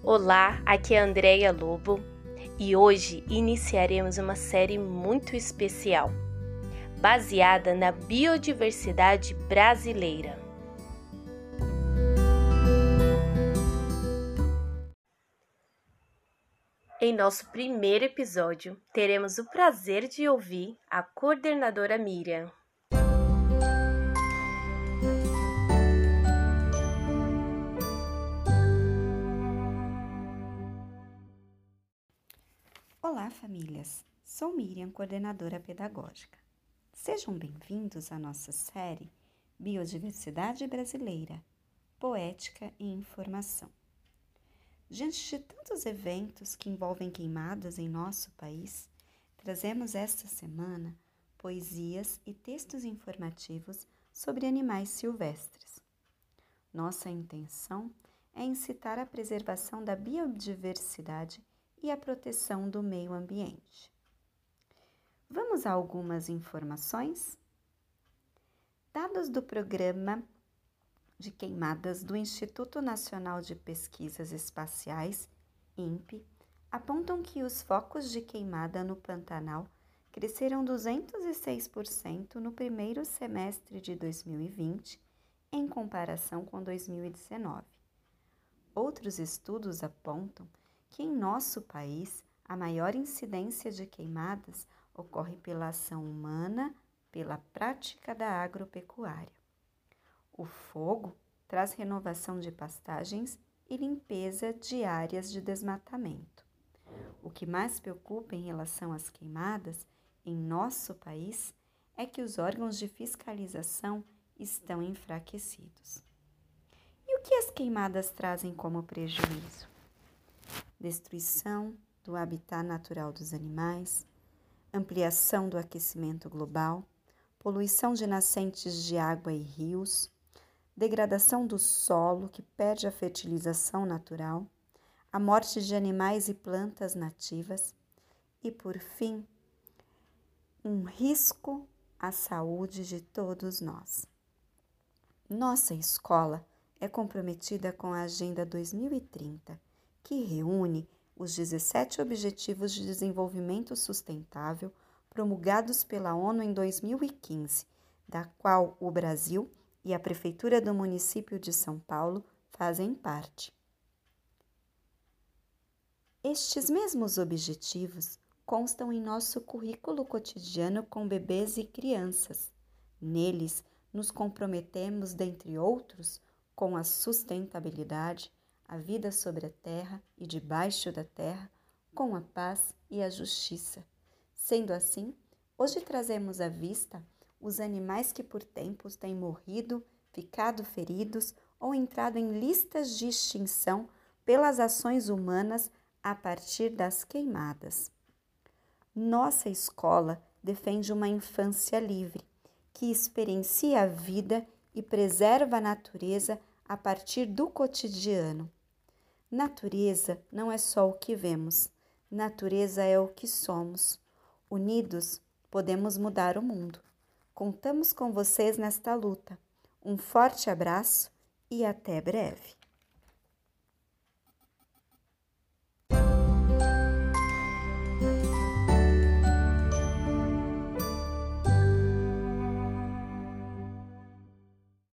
Olá, aqui é a Andreia Lobo e hoje iniciaremos uma série muito especial, baseada na biodiversidade brasileira. Em nosso primeiro episódio, teremos o prazer de ouvir a coordenadora Miriam. Olá, famílias! Sou Miriam, coordenadora pedagógica. Sejam bem-vindos à nossa série Biodiversidade Brasileira, Poética e Informação. Diante de tantos eventos que envolvem queimadas em nosso país, trazemos esta semana poesias e textos informativos sobre animais silvestres. Nossa intenção é incitar a preservação da biodiversidade e a proteção do meio ambiente. Vamos a algumas informações? Dados do Programa de Queimadas do Instituto Nacional de Pesquisas Espaciais, INPE, apontam que os focos de queimada no Pantanal cresceram 206% no primeiro semestre de 2020, em comparação com 2019. Outros estudos apontam que em nosso país a maior incidência de queimadas ocorre pela ação humana, pela prática da agropecuária. O fogo traz renovação de pastagens e limpeza de áreas de desmatamento. O que mais preocupa em relação às queimadas em nosso país é que os órgãos de fiscalização estão enfraquecidos. E o que as queimadas trazem como prejuízo? Destruição do habitat natural dos animais, ampliação do aquecimento global, poluição de nascentes de água e rios, degradação do solo que perde a fertilização natural, a morte de animais e plantas nativas e, por fim, um risco à saúde de todos nós. Nossa escola é comprometida com a Agenda 2030, que reúne os 17 Objetivos de Desenvolvimento Sustentável promulgados pela ONU em 2015, da qual o Brasil e a Prefeitura do município de São Paulo fazem parte. Estes mesmos objetivos constam em nosso currículo cotidiano com bebês e crianças. Neles, nos comprometemos, dentre outros, com a sustentabilidade, a vida sobre a terra e debaixo da terra, com a paz e a justiça. Sendo assim, hoje trazemos à vista os animais que por tempos têm morrido, ficado feridos ou entrado em listas de extinção pelas ações humanas a partir das queimadas. Nossa escola defende uma infância livre, que experiencia a vida e preserva a natureza a partir do cotidiano. Natureza não é só o que vemos, natureza é o que somos. Unidos, podemos mudar o mundo. Contamos com vocês nesta luta. Um forte abraço e até breve.